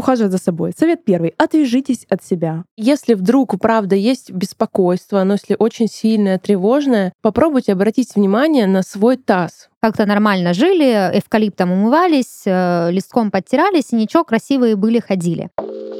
ухаживать за собой? Совет первый. Отвяжитесь от себя. Если вдруг, правда, есть беспокойство, но если очень сильное, тревожное, попробуйте обратить внимание на свой таз. Как-то нормально жили, эвкалиптом умывались, листком подтирались, и ничего, красивые были, ходили.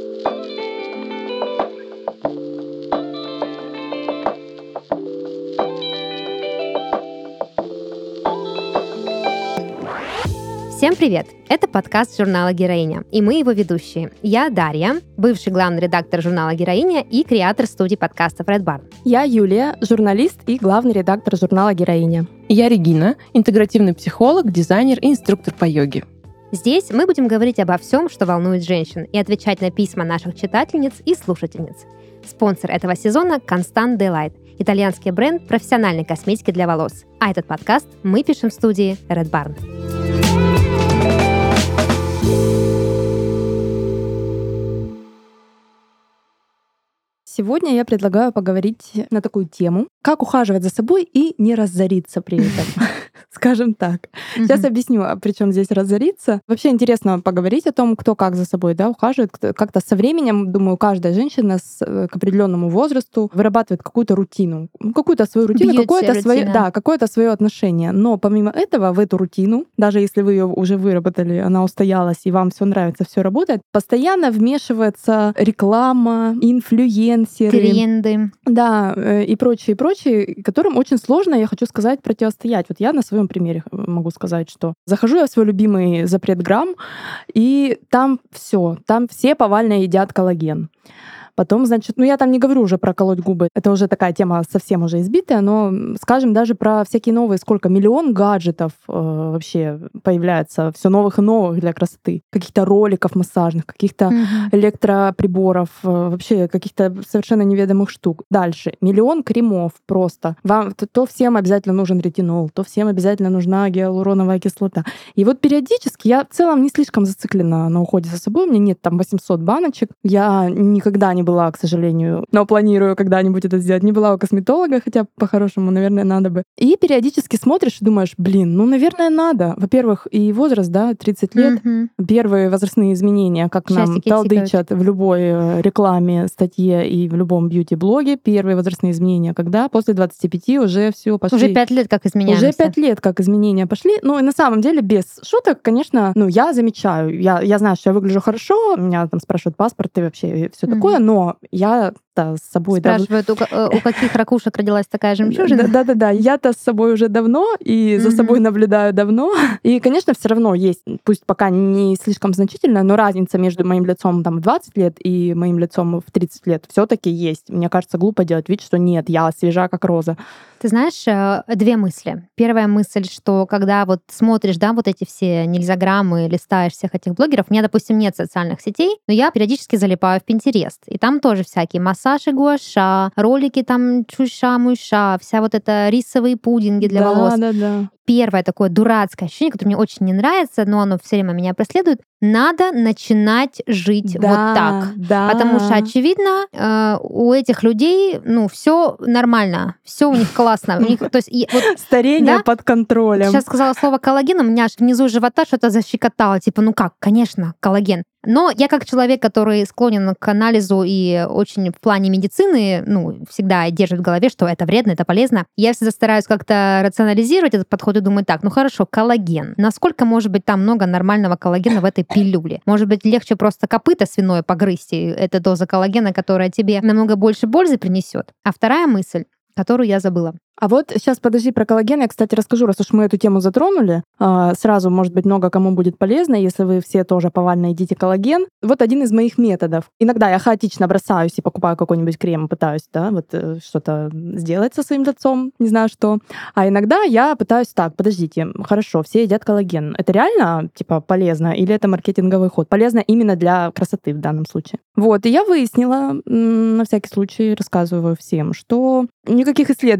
Всем привет! Это подкаст журнала «Героиня», и мы его ведущие. Я Дарья, бывший главный редактор журнала «Героиня» и креатор студии подкастов Red Barn. Я Юлия, журналист и главный редактор журнала «Героиня». Я Регина, интегративный психолог, дизайнер и инструктор по йоге. Здесь мы будем говорить обо всем, что волнует женщин, и отвечать на письма наших читательниц и слушательниц. Спонсор этого сезона — Constant Delight, итальянский бренд профессиональной косметики для волос. А этот подкаст мы пишем в студии Red Barn. Сегодня я предлагаю поговорить на такую тему, как ухаживать за собой и не разориться при этом. Скажем так. Сейчас объясню, при чем здесь разориться. Вообще интересно поговорить о том, кто как за собой ухаживает. Как-то со временем, думаю, каждая женщина к определенному возрасту вырабатывает какую-то рутину. Какую-то свою рутину, какое-то свое отношение. Но помимо этого, в эту рутину, даже если вы ее уже выработали, она устоялась, и вам все нравится, все работает, постоянно вмешивается реклама, инфлюенсеры, тренды. Да, и прочее, которым очень сложно, я хочу сказать, противостоять. Вот я на своем примере могу сказать, что захожу я в свой любимый запретграм, и там все повально едят коллаген. Потом, значит, я там не говорю уже про колоть губы, это уже такая тема совсем уже избитая, но скажем даже про всякие новые, сколько миллион гаджетов вообще появляется, все новых и новых для красоты, каких-то роликов массажных, каких-то электроприборов, вообще каких-то совершенно неведомых штук. Дальше миллион кремов просто. Вам то всем обязательно нужен ретинол, то всем обязательно нужна гиалуроновая кислота. И вот периодически я в целом не слишком зациклена на уходе за собой, у меня нет там 800 баночек, я никогда не была, к сожалению, но планирую когда-нибудь это сделать. Не была у косметолога, хотя по-хорошему, наверное, надо бы. И периодически смотришь и думаешь, наверное, надо. Во-первых, и возраст, 30 лет. Первые возрастные изменения, как нам толдычат в любой рекламе, статье и в любом бьюти-блоге. Первые возрастные изменения, когда после 25 уже все пошли. Уже 5 лет как изменяемся. Уже 5 лет как изменения пошли. Ну и на самом деле, без шуток, конечно, я замечаю. Я знаю, что я выгляжу хорошо, меня там спрашивают паспорт и вообще все такое, но я-то с собой... Спрашивают, у каких ракушек родилась такая жемчужина? Да-да-да, я-то с собой уже давно и за собой наблюдаю давно. И, конечно, все равно есть, пусть пока не слишком значительная, но разница между моим лицом в 20 лет и моим лицом в 30 лет все-таки есть. Мне кажется, глупо делать вид, что нет, я свежа, как роза. Ты знаешь, две мысли. Первая мысль, что когда вот смотришь, вот эти все нельзяграммы, листаешь всех этих блогеров, у меня, допустим, нет социальных сетей, но я периодически залипаю в Pinterest, и там тоже всякие массажи гуаша, ролики там чуша-муша, вся вот это рисовые пудинги для волос. Да. Первое такое дурацкое ощущение, которое мне очень не нравится, но оно все время меня преследует. Надо начинать жить вот так. Да. Потому что, очевидно, у этих людей, все нормально, все у них классно. Старение под контролем. Сейчас сказала слово коллаген, у меня аж внизу живота что-то защекотало. Конечно, коллаген. Но я как человек, который склонен к анализу и очень в плане медицины, всегда держит в голове, что это вредно, это полезно, я всегда стараюсь как-то рационализировать этот подход и думать так, хорошо, коллаген. Насколько может быть там много нормального коллагена в этой пилюле? Может быть, легче просто копыто свиное погрызть, и это доза коллагена, которая тебе намного больше пользы принесет. А вторая мысль, которую я забыла. А вот сейчас подожди про коллаген. Я, кстати, расскажу, раз уж мы эту тему затронули. Сразу, может быть, много кому будет полезно, если вы все тоже повально едите коллаген. Вот один из моих методов. Иногда я хаотично бросаюсь и покупаю какой-нибудь крем и пытаюсь, что-то сделать со своим лицом, не знаю что. А иногда я пытаюсь подождите, хорошо, все едят коллаген. Это реально, полезно или это маркетинговый ход? Полезно именно для красоты в данном случае. Вот, и я выяснила, на всякий случай рассказываю всем, что никаких исследований, подтверждающих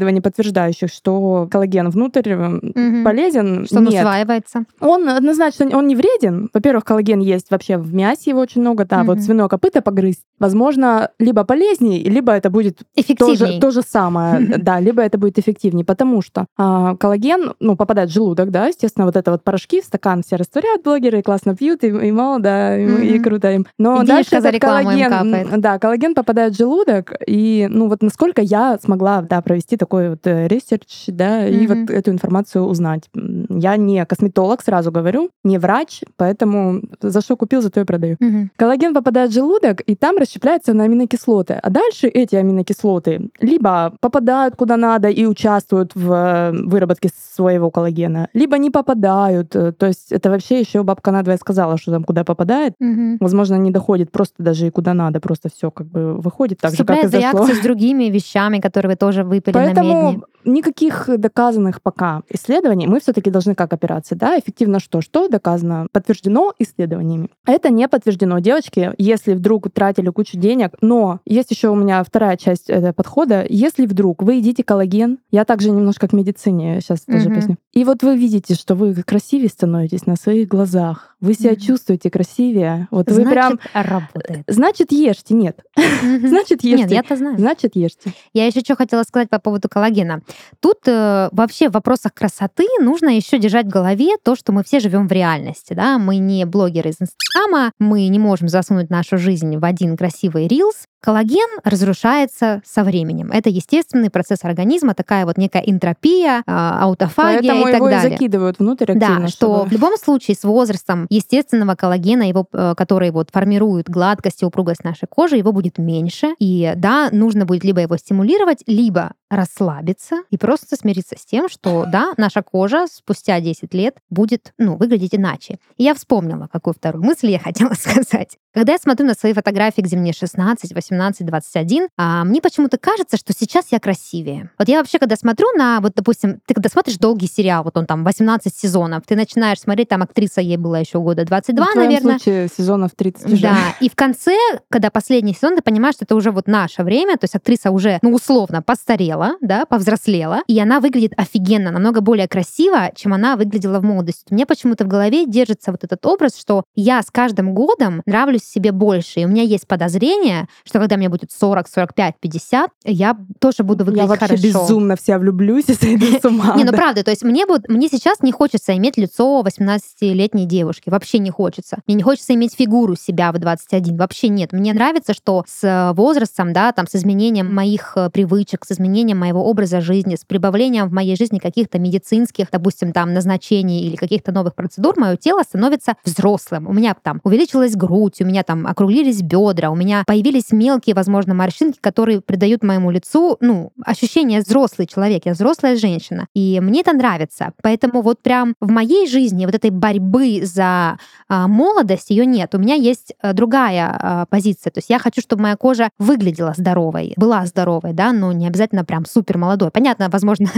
подтверждающих, что коллаген внутрь полезен. Что он Нет. усваивается. Он однозначно он не вреден. Во-первых, коллаген есть вообще в мясе, его очень много. Да, вот свиное копыто погрызть. Возможно, либо полезнее, либо это будет то же самое. Да, либо это будет эффективнее, потому что коллаген, попадает в желудок, да, естественно, вот это вот порошки в стакан все растворяют блогеры, классно пьют, и мало, да, и круто им. Но и дальше за рекламу им капает. Да, коллаген попадает в желудок, и вот насколько я смогла, да, провести такой вот ресерч, да, и вот эту информацию узнать. Я не косметолог, сразу говорю, не врач, поэтому за что купил, зато и продаю. Коллаген попадает в желудок, и там расщепляется на аминокислоты. А дальше эти аминокислоты либо попадают куда надо и участвуют в выработке своего коллагена, либо не попадают. То есть это вообще еще бабка надвое сказала, что там куда попадает. Возможно, не доходит просто даже и куда надо, просто все как бы выходит так же, как и зашло. Реакции с другими вещами, которые вы тоже выпали на медне. Поэтому никаких доказанных пока исследований. Мы все-таки должны как опираться, да, эффективно что? Что доказано, подтверждено исследованиями. Это не подтверждено, девочки, если вдруг тратили кучу денег. Но есть еще у меня вторая часть этого подхода. Если вдруг вы едите коллаген, я также немножко к медицине сейчас тоже поясню. И вот вы видите, что вы красивее становитесь на своих глазах, вы себя чувствуете красивее. Вот значит, вы прям работает. Значит, ешьте, нет. Значит, ешьте. Нет, я-то знаю. Значит, ешьте. Я еще что хотела сказать по поводу коллагена. Тут вообще в вопросах красоты нужно еще держать в голове то, что мы все живем в реальности, да, мы не блогеры из Инстаграма, мы не можем засунуть нашу жизнь в один красивый рилс. Коллаген разрушается со временем. Это естественный процесс организма, такая вот некая энтропия, аутофагия. Поэтому и так его далее. И закидывают внутрь активно. Да, что в любом случае с возрастом естественного коллагена, который вот формирует гладкость и упругость нашей кожи, его будет меньше. И да, нужно будет либо его стимулировать, либо расслабиться и просто смириться с тем, что да, наша кожа спустя 10 лет будет выглядеть иначе. И я вспомнила, какую вторую мысль я хотела сказать. Когда я смотрю на свои фотографии, где мне 16, 18, 21, мне почему-то кажется, что сейчас я красивее. Вот я вообще, когда смотрю на, вот, допустим, ты когда смотришь долгий сериал, вот он там 18 сезонов, ты начинаешь смотреть, там актриса ей было еще года 22, в твоем наверное. случае сезонов 30 уже. Да, и в конце, когда последний сезон, ты понимаешь, что это уже вот наше время, то есть актриса уже, условно, постарела, да, повзрослела, и она выглядит офигенно, намного более красиво, чем она выглядела в молодости. У меня почему-то в голове держится вот этот образ, что я с каждым годом нравлюсь себе больше, и у меня есть подозрение, что когда мне будет 40, 45, 50, я тоже буду выглядеть хорошо. Я вообще безумно в себя влюблюсь и сойду с ума. Не, правда, то есть мне сейчас не хочется иметь лицо 18-летней девушки, вообще не хочется. Мне не хочется иметь фигуру себя в 21, вообще нет. Мне нравится, что с возрастом, да, там, с изменением моих привычек, с изменением моего образа жизни, с прибавлением в моей жизни каких-то медицинских, допустим, там, назначений или каких-то новых процедур, мое тело становится взрослым. У меня там увеличилась грудь, у меня там округлились бедра, у меня появились мелкие, возможно, морщинки, которые придают моему лицу, ощущение взрослый человек, я взрослая женщина. И мне это нравится. Поэтому вот прям в моей жизни вот этой борьбы за молодость ее нет. У меня есть другая позиция. То есть я хочу, чтобы моя кожа выглядела здоровой, была здоровой, да, но не обязательно прям супер молодой. Понятно, возможно,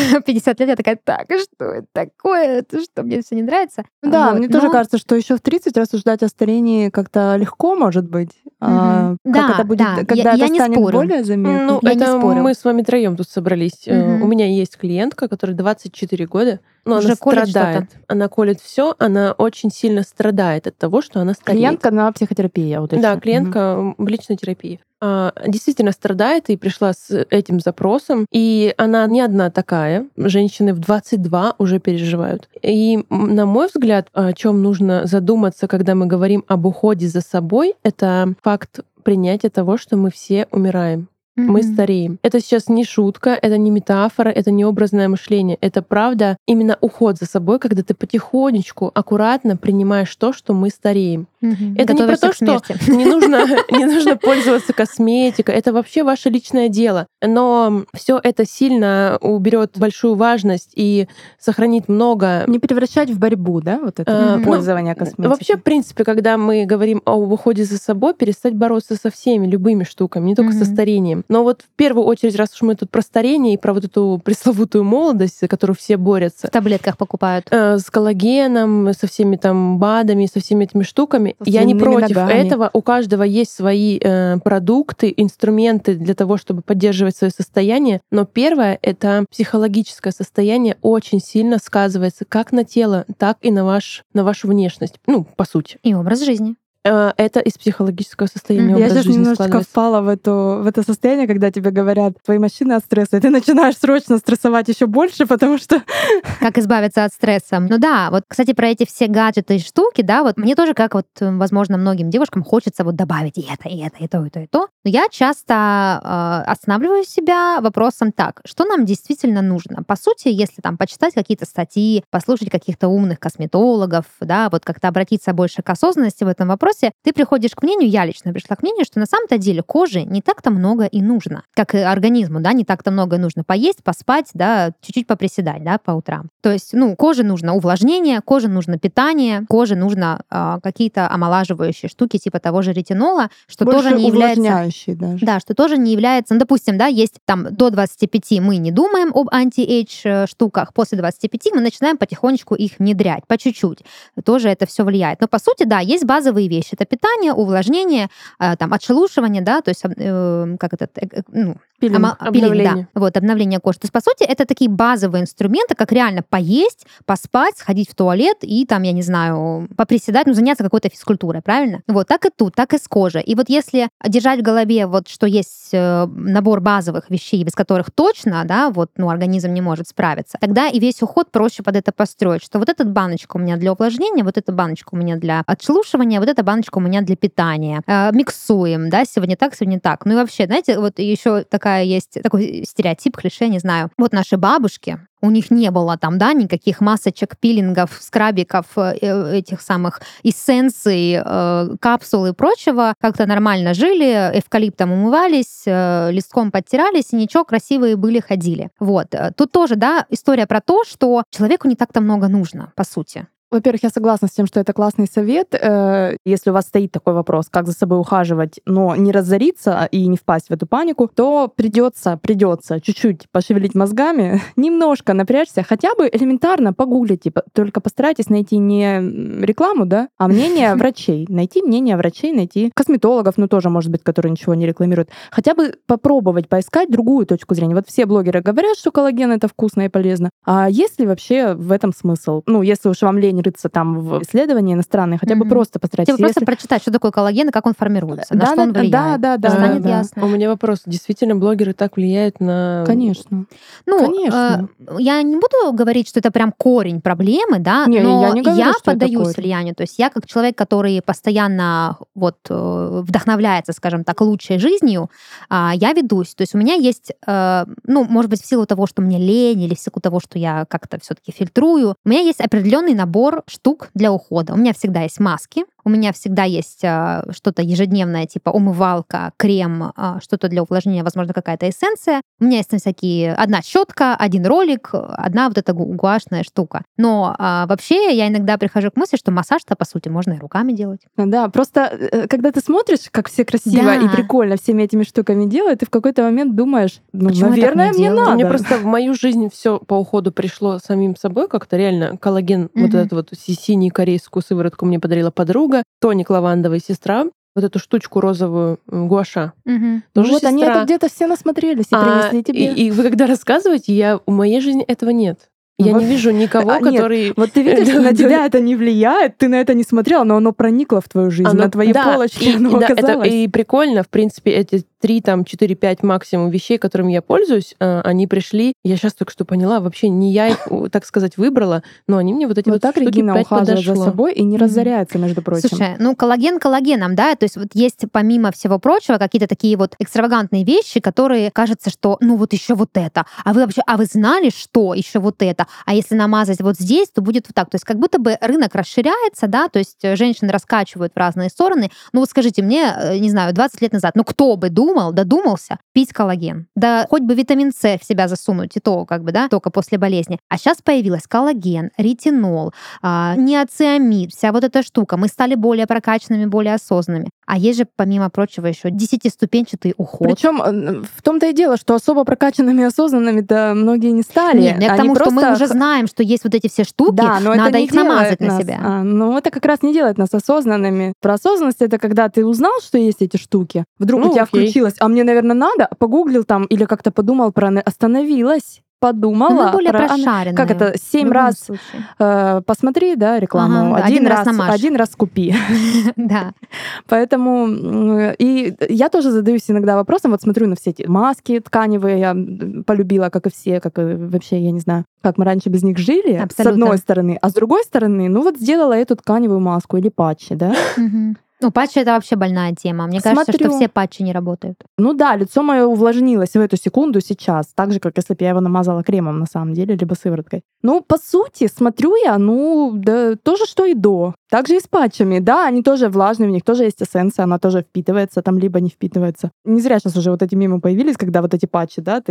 50 лет я такая, так, что это такое? Это что, мне все не нравится? Да, мне тоже кажется, что еще в 30 рассуждать о старении как-то легко, может быть. Как это будет, когда это станет более заметно? Я не спорю. Мы с вами троем тут собрались. У меня есть клиентка, которая 24 года. Она страдает. Она колет все, она очень сильно страдает от того, что она стареет. Клиентка на психотерапии, я уточню. Да, клиентка в личной терапии. Действительно страдает и пришла с этим запросом. И она не одна такая. Женщины в 22 уже переживают. И, на мой взгляд, о чем нужно задуматься, когда мы говорим об уходе за собой, это факт принятия того, что мы все умираем. Мы стареем. Это сейчас не шутка, это не метафора, это не образное мышление. Это правда именно уход за собой, когда ты потихонечку, аккуратно принимаешь то, что мы стареем. Это не про то, что не нужно пользоваться косметикой. Это вообще ваше личное дело. Но все это сильно уберет большую важность и сохранит много. Не превращать в борьбу, да, вот это пользование косметикой. Вообще, в принципе, когда мы говорим об уходе за собой, перестать бороться со всеми любыми штуками, не только со старением. Но вот в первую очередь, раз уж мы тут про старение и про вот эту пресловутую молодость, за которую все борются. В таблетках покупают. С коллагеном, со всеми там БАДами, со всеми этими штуками, ногами. С Я не длинными против ногами. этого. У каждого есть свои продукты, инструменты для того, чтобы поддерживать свое состояние. Но первое — это психологическое состояние очень сильно сказывается как на тело, так и на вашу внешность. Ну, по сути. И образ жизни. Это из психологического состояния Я образ сейчас жизни немножечко складывается. впала в это состояние, когда тебе говорят твои морщины от стресса, и ты начинаешь срочно стрессовать еще больше, потому что Как избавиться от стресса. Ну да, вот, кстати, про эти все гаджеты и штуки, да, вот мне тоже, как вот, возможно, многим девушкам хочется вот добавить и это, и то, и то, и то. Но я часто останавливаю себя вопросом так, что нам действительно нужно? По сути, если там почитать какие-то статьи, послушать каких-то умных косметологов, да, вот как-то обратиться больше к осознанности в этом вопросе, ты приходишь к мнению, я лично пришла к мнению, что на самом-то деле коже не так-то много и нужно, как и организму, да, не так-то много нужно поесть, поспать, да, чуть-чуть поприседать, да, по утрам. То есть, ну, коже нужно увлажнение, коже нужно питание, коже нужно какие-то омолаживающие штуки типа того же ретинола, что больше тоже не является... увлажняющий даже. Да, что тоже не является... Ну, допустим, да, есть там до 25 мы не думаем об анти-эйдж штуках, после 25 мы начинаем потихонечку их внедрять, по чуть-чуть. Тоже это все влияет. Но, по сути, да, есть базовые вещи. Это питание, увлажнение, там, отшелушивание, да, то есть, как это... Пилинг. Обновление. Да, вот, обновление кожи. То есть, по сути, это такие базовые инструменты, как реально поесть, поспать, сходить в туалет и там, я не знаю, поприседать, ну, заняться какой-то физкультурой, правильно? Вот, так и тут, так и с кожей. И вот если держать в голове вот, что есть набор базовых вещей, без которых точно, да, вот, ну, организм не может справиться, тогда и весь уход проще под это построить, что вот эта баночка у меня для увлажнения, вот эта баночка у меня для отшелушивания, вот эта баночка у меня для питания. Миксуем, да, сегодня так, сегодня так. Ну и вообще, знаете, вот еще есть такой стереотип, клише, не знаю. Вот наши бабушки, у них не было там, да, никаких масочек, пилингов, скрабиков, этих самых эссенций, капсул и прочего. Как-то нормально жили, эвкалиптом умывались, листком подтирались, и ничего, красивые были, ходили. Вот. Тут тоже, да, история про то, что человеку не так-то много нужно, по сути. Во-первых, я согласна с тем, что это классный совет. Если у вас стоит такой вопрос, как за собой ухаживать, но не разориться и не впасть в эту панику, то придется чуть-чуть пошевелить мозгами, немножко напрячься, хотя бы элементарно погуглите. Только постарайтесь найти не рекламу, да, а мнение врачей. Найти мнение врачей, найти косметологов, ну тоже, может быть, которые ничего не рекламируют. Хотя бы попробовать поискать другую точку зрения. Вот все блогеры говорят, что коллаген — это вкусно и полезно. А есть ли вообще в этом смысл? Ну, если уж вам лень рыться там в исследования иностранные, хотя бы просто постарайтесь. Типа просто прочитать, что такое коллаген и как он формируется, на что он влияет. Да. Станет ясно. У меня вопрос. Действительно, блогеры так влияют на... Конечно. Ну, Конечно. Я не буду говорить, что это прям корень проблемы, да, Не, но я не говорю, что это поддаюсь корень. влиянию. То есть я как человек, который постоянно вот вдохновляется, скажем так, лучшей жизнью, я ведусь. То есть у меня есть, ну, может быть, в силу того, что мне лень, или в силу того, что я как-то все-таки фильтрую, у меня есть определенный набор штук для ухода. У меня всегда есть маски, у меня всегда есть что-то ежедневное, типа умывалка, крем, что-то для увлажнения, возможно, какая-то эссенция. У меня есть всякие одна щетка, один ролик, одна вот эта гуашная штука. Но вообще я иногда прихожу к мысли, что массаж-то, по сути, можно и руками делать. Да, просто когда ты смотришь, как все красиво Да. и прикольно всеми этими штуками делают, ты в какой-то момент думаешь, ну, Почему я так наверное, не мне делаю? надо. Мне просто в мою жизнь все по уходу пришло самим собой как-то реально. Коллаген, вот этот вот синий корейскую сыворотку мне подарила подруга, тоник лавандовый сестра, вот эту штучку розовую гуаша. Мгм. Тоже Вот они сестра. это где-то все насмотрелись и принесли тебе. И вы когда рассказываете, в моей жизни этого нет. Я Вот. не вижу никого, Нет, который... вот ты видишь, на тебя это не влияет, ты на это не смотрела, но оно проникло в твою жизнь, на твои полочки оно оказалось. И прикольно, в принципе, эти 3, 4-5 максимум вещей, которыми я пользуюсь, они пришли, я сейчас только что поняла, вообще не я их, так сказать, выбрала, но они мне вот эти вот так штуки Регина 5 ухаживает за подошло. собой и не разоряется, между прочим. Слушай, ну коллаген коллагеном, да, то есть вот есть помимо всего прочего какие-то такие вот экстравагантные вещи, которые кажется, что ну вот еще вот это, а вы знали, что еще вот это, а если намазать вот здесь, то будет вот так, то есть как будто бы рынок расширяется, да, то есть женщины раскачивают в разные стороны. Ну вот скажите мне, не знаю, 20 лет назад, ну кто бы додумался пить коллаген, да хоть бы витамин С в себя засунуть, и то как бы, да, только после болезни. А сейчас появилась коллаген, ретинол, неоциамид, вся вот эта штука. Мы стали более прокачанными, более осознанными. А есть же, помимо прочего, еще 10-ступенчатый уход. Причем в том-то и дело, что особо прокачанными и осознанными-то многие не стали. Нет, я к тому, что мы уже знаем, что есть вот эти все штуки, да, но надо это их намазать на себя. Но это как раз не делает нас осознанными. Про осознанность — это когда ты узнал, что есть эти штуки, вдруг у тебя включилось, а мне, наверное, надо, погуглил там или как-то подумал про... Остановилась, подумала. Мы более прошаренные. Как это? 7 раз посмотри, да, рекламу. Ага, один раз купи. Да. Поэтому и я тоже задаюсь иногда вопросом, вот смотрю на все эти маски тканевые, я полюбила, как и все, как и вообще, я не знаю, как мы раньше без них жили, абсолютно. С одной стороны. А с другой стороны, ну вот сделала эту тканевую маску или патчи, да? Ну, патчи — это вообще больная тема. Мне кажется, что все патчи не работают. Ну да, лицо мое увлажнилось в эту секунду сейчас, так же, как если бы я его намазала кремом на самом деле, либо сывороткой. Ну, по сути, смотрю я, да, то же, что и до. Также и с патчами. Да, они тоже влажные, в них тоже есть эссенция, она тоже впитывается там, либо не впитывается. Не зря сейчас уже вот эти мемы появились, когда вот эти патчи, да,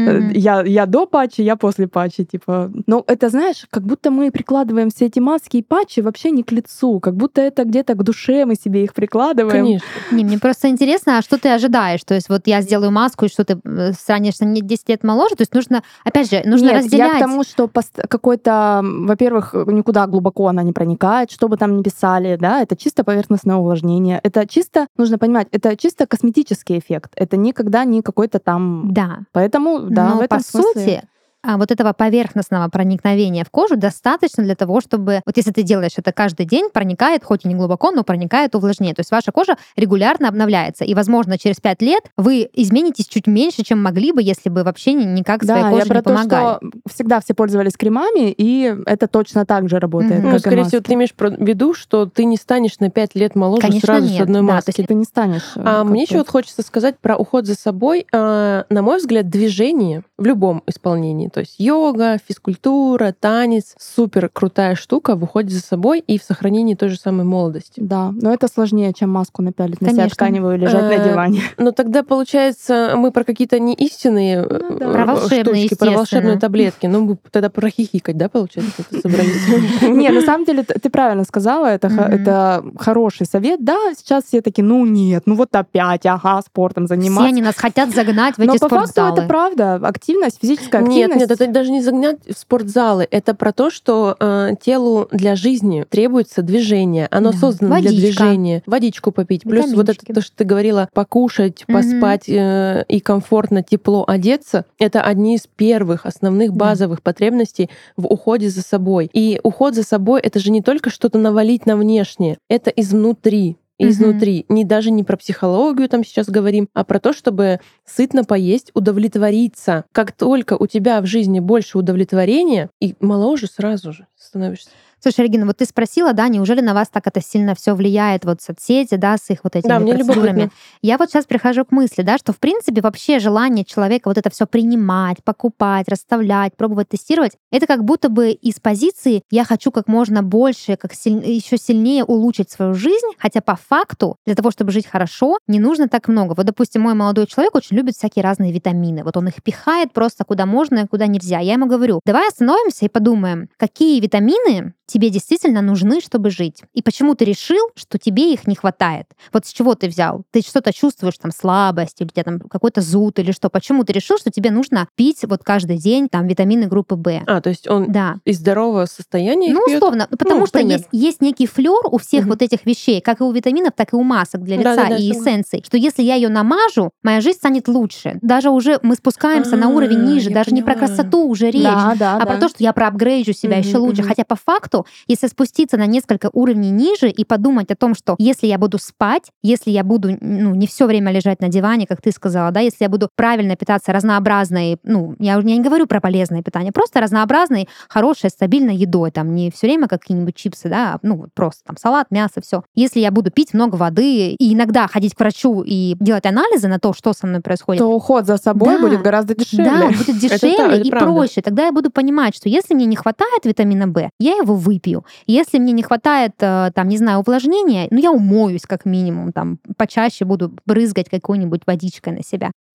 я до патчи, я после патчи, типа. Но это, знаешь, как будто мы прикладываем все эти маски и патчи вообще не к лицу, как будто это где-то к душе мы себе их прикладываем. Конечно. Не, мне просто интересно, а что ты ожидаешь? То есть вот я сделаю маску, и что ты станешь на 10 лет моложе? То есть нужно, опять же, нужно разделять. Я к тому, что какой-то, во-первых, никуда глубоко она не проникает, что бы там ни писали, да, это чисто поверхностное увлажнение. Это чисто, нужно понимать, это чисто косметический эффект. Это никогда не какой-то там... Да. Поэтому, да, но в этом по смысле... сути, вот этого поверхностного проникновения в кожу достаточно для того, чтобы, вот если ты делаешь это каждый день, проникает, хоть и не глубоко, но проникает увлажнение. То есть ваша кожа регулярно обновляется. И, возможно, через 5 лет вы изменитесь чуть меньше, чем могли бы, если бы вообще никак своей коже не помогали. То, что всегда все пользовались кремами, и это точно так же работает. Ну, скорее всего, ты имеешь в виду, что ты не станешь на 5 лет моложе. Конечно, сразу нет. С одной маской. То есть ты не станешь. Мне еще вот хочется сказать про уход за собой. На мой взгляд, движение в любом исполнении, то есть йога, физкультура, танец, супер крутая штука в уходе за собой и в сохранении той же самой молодости. Да, но это сложнее, чем маску напялить на себя тканевую и лежать на диване. Но тогда, получается, мы про какие-то не истинные про волшебные, штучки, про волшебные таблетки. Ну, мы тогда про хихикать, да, получается, это собрались? Не, на самом деле, ты правильно сказала, это хороший совет. Да, сейчас все такие, ну нет, ну вот опять, спортом заниматься. Все они нас хотят загнать в эти спортзалы. Но по факту это правда. Активность, физическая активность. Нет, это даже не загнать в спортзалы. Это про то, что телу для жизни требуется движение. Оно создано для движения. Водичку попить. Плюс вот это то, что ты говорила, покушать, поспать и комфортно, тепло одеться. Это одни из первых основных базовых потребностей в уходе за собой. И уход за собой — это же не только что-то навалить на внешнее. Это изнутри. Изнутри. Даже не про психологию там сейчас говорим, а про то, чтобы сытно поесть, удовлетвориться. Как только у тебя в жизни больше удовлетворения, и моложе сразу же становишься. Слушай, Регина, вот ты спросила, да, неужели на вас так это сильно все влияет, вот соцсети, да, с их вот этими процедурами? Я вот сейчас прихожу к мысли, да, что в принципе вообще желание человека вот это все принимать, покупать, расставлять, пробовать, тестировать, это как будто бы из позиции «я хочу как можно больше, еще сильнее улучшить свою жизнь», хотя по факту для того, чтобы жить хорошо, не нужно так много. Вот, допустим, мой молодой человек очень любит всякие разные витамины. Вот он их пихает просто куда можно и куда нельзя. Я ему говорю, давай остановимся и подумаем, какие витамины тебе действительно нужны, чтобы жить. И почему ты решил, что тебе их не хватает? Вот с чего ты взял? Ты что-то чувствуешь, там, слабость, или у тебя там какой-то зуд, или что? Почему ты решил, что тебе нужно пить вот каждый день там витамины группы В? То есть он из здорового состояния их пьёт? Условно, потому что есть некий флёр у всех вот этих вещей, как и у витаминов, так и у масок для лица и эссенций, что если я ее намажу, моя жизнь станет лучше. Даже уже мы спускаемся на уровень ниже, даже не про красоту уже речь, про то, что я проапгрейджу себя еще лучше. Хотя по факту, если спуститься на несколько уровней ниже и подумать о том, что если я буду спать, если я буду не все время лежать на диване, как ты сказала, да, если я буду правильно питаться разнообразной, я не говорю про полезное питание, просто разнообразной, хорошей, стабильной едой, там не все время какие-нибудь чипсы, да, просто там салат, мясо, все. Если я буду пить много воды и иногда ходить к врачу и делать анализы на то, что со мной происходит, то уход за собой будет гораздо дешевле. Да, будет дешевле и правда. проще. Тогда я буду понимать, что если мне не хватает витамина В, я его выпью. Если мне не хватает, там, не знаю, увлажнения, я умоюсь как минимум, там, почаще буду брызгать какой-нибудь водичкой на себя.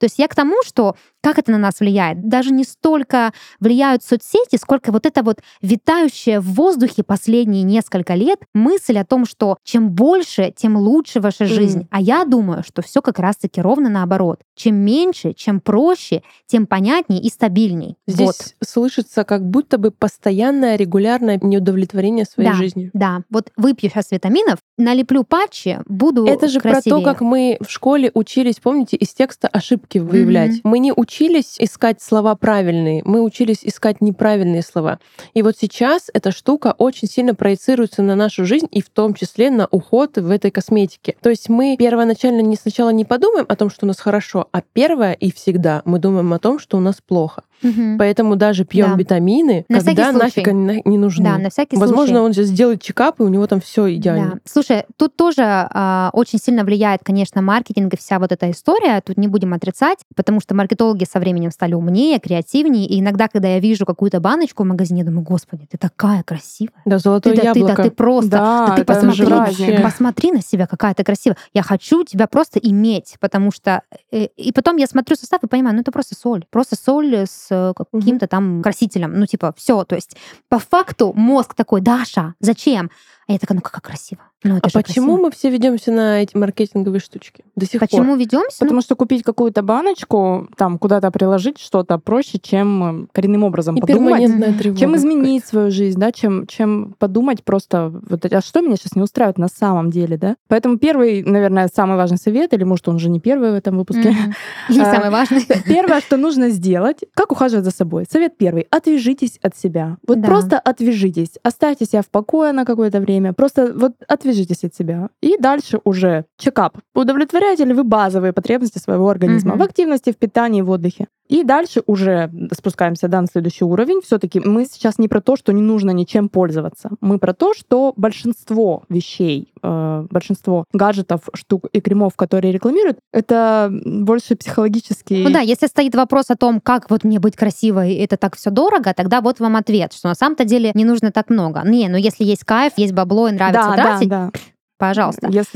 То есть я к тому, что как это на нас влияет? Даже не столько влияют соцсети, сколько вот это вот витающая в воздухе последние несколько лет мысль о том, что чем больше, тем лучше ваша жизнь. А я думаю, что все как раз-таки ровно наоборот. Чем меньше, чем проще, тем понятнее и стабильней. Здесь слышится как будто бы постоянное, регулярное неудовлетворение своей жизнью. Да, вот выпью сейчас витаминов, налеплю патчи, буду Это же красивее. про то, как мы в школе учились, помните, из текста ошибки выявлять. Мы не учились искать слова правильные, мы учились искать неправильные слова. И вот сейчас эта штука очень сильно проецируется на нашу жизнь, и в том числе на уход в этой косметике. То есть мы первоначально сначала не подумаем о том, что у нас хорошо, а первое и всегда мы думаем о том, что у нас плохо. Поэтому даже пьем витамины, на когда нафиг они не нужны. Да, на всякий Возможно, случай. он сейчас сделает чекап, и у него там все идеально. Да. Слушай, тут тоже очень сильно влияет, конечно, маркетинг и вся вот эта история. Тут не будем отрицать, потому что маркетологи со временем стали умнее, креативнее. И иногда, когда я вижу какую-то баночку в магазине, я думаю, господи, ты такая красивая. Да, золотое яблоко. Ты просто... Да, ты посмотри на себя, какая ты красивая. Я хочу тебя просто иметь, потому что... И потом я смотрю состав и понимаю, это просто соль. Просто соль с каким-то там красителем. Все. То есть по факту мозг такой, Даша, зачем? А я такая, какая красиво. А почему мы все ведемся на эти маркетинговые штучки до сих пор? Почему ведемся? Потому что купить какую-то баночку, там куда-то приложить что-то проще, чем коренным образом подумать, чем изменить свою жизнь, да, чем подумать просто, а что меня сейчас не устраивает на самом деле, да? Поэтому первый, наверное, самый важный совет, или может он уже не первый в этом выпуске. Не самый важный. Первое, что нужно сделать, как ухаживать за собой. Совет первый: отвяжитесь от себя. Вот просто отвяжитесь, оставьте себя в покое на какое-то время, просто вот отвяжитесь от себя. И дальше уже чекап. Удовлетворяете ли вы базовые потребности своего организма в активности, в питании, в отдыхе? И дальше уже спускаемся на следующий уровень. Все-таки мы сейчас не про то, что не нужно ничем пользоваться. Мы про то, что большинство вещей, большинство гаджетов, штук и кремов, которые рекламируют, это больше психологические... Да, если стоит вопрос о том, как вот мне быть красивой, это так все дорого, тогда вот вам ответ, что на самом-то деле не нужно так много. Если есть кайф, есть бабло и нравится тратить, пожалуйста. Если